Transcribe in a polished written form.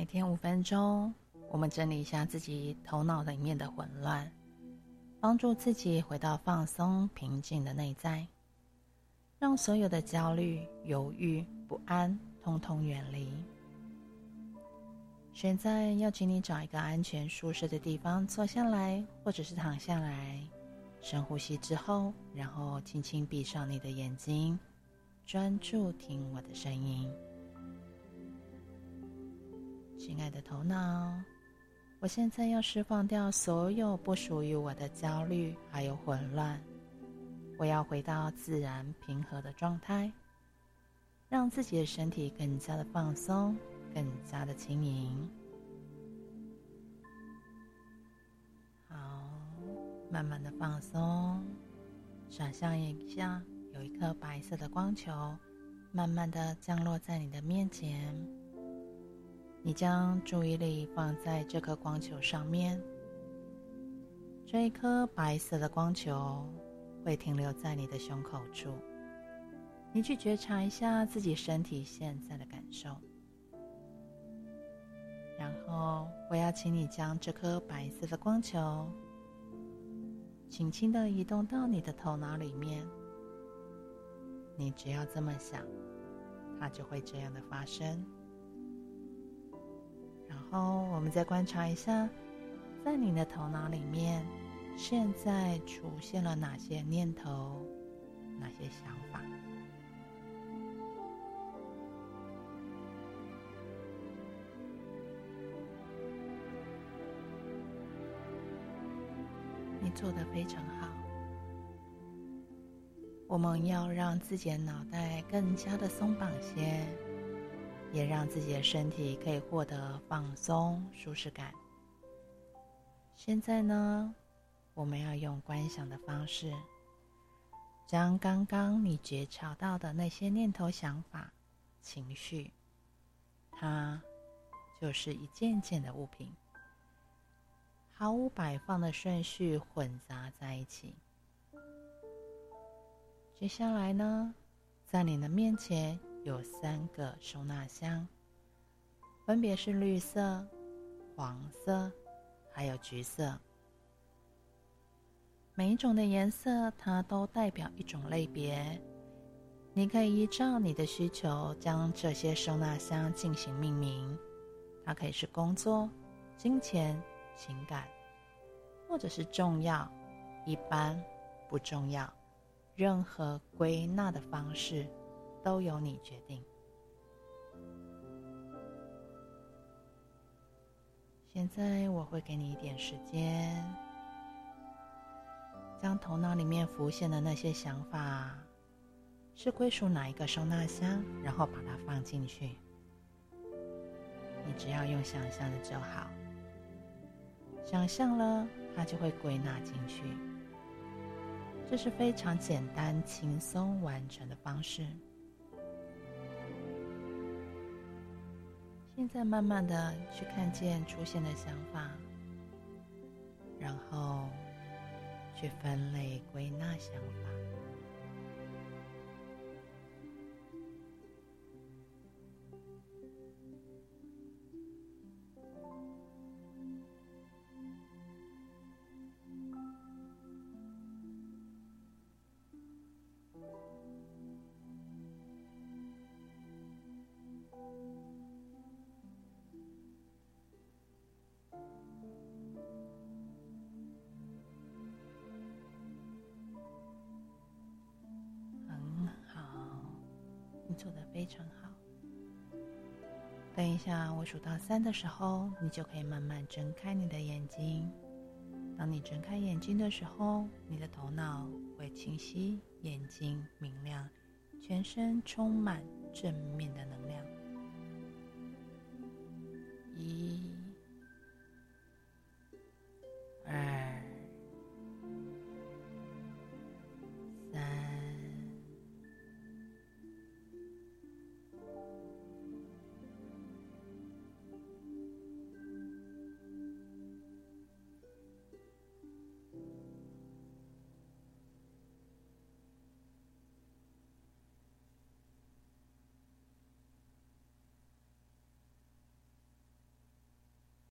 天5分钟，我们整理一下自己头脑里面的混乱，帮助自己回到放松平静的内在，让所有的焦虑、犹豫、不安通通远离。现在要请你找一个安全舒适的地方坐下来，或者是躺下来，深呼吸之后，然后轻轻闭上你的眼睛，专注听我的声音。亲爱的头脑，我现在要释放掉所有不属于我的焦虑还有混乱，我要回到自然平和的状态，让自己的身体更加的放松，更加的轻盈。好，慢慢的放松，想象一下有一颗白色的光球慢慢的降落在你的面前，你将注意力放在这颗光球上面，这一颗白色的光球会停留在你的胸口处，你去觉察一下自己身体现在的感受。然后我要请你将这颗白色的光球轻轻地移动到你的头脑里面，你只要这么想，它就会这样的发生。然后我们再观察一下，在你的头脑里面现在出现了哪些念头，哪些想法。你做得非常好。我们要让自己的脑袋更加的松绑些，也让自己的身体可以获得放松、舒适感。现在呢，我们要用观想的方式，将刚刚你觉察到的那些念头、想法、情绪，它就是一件件的物品，毫无摆放的顺序混杂在一起。接下来呢，在你的面前有3个收纳箱，分别是绿色、黄色还有橘色。每一种的颜色它都代表一种类别，你可以依照你的需求将这些收纳箱进行命名，它可以是工作、金钱、情感，或者是重要、一般、不重要，任何归纳的方式都由你决定。现在我会给你一点时间，将头脑里面浮现的那些想法是归属哪一个收纳箱，然后把它放进去。你只要用想象的就好，想象了它就会归纳进去。这是非常简单轻松完成的方式。现在慢慢的去看见出现的想法，然后去分类归纳想法。你做得非常好。等一下我数到3的时候，你就可以慢慢睁开你的眼睛。当你睁开眼睛的时候，你的头脑会清晰，眼睛明亮，全身充满正面的能量。1、2、3、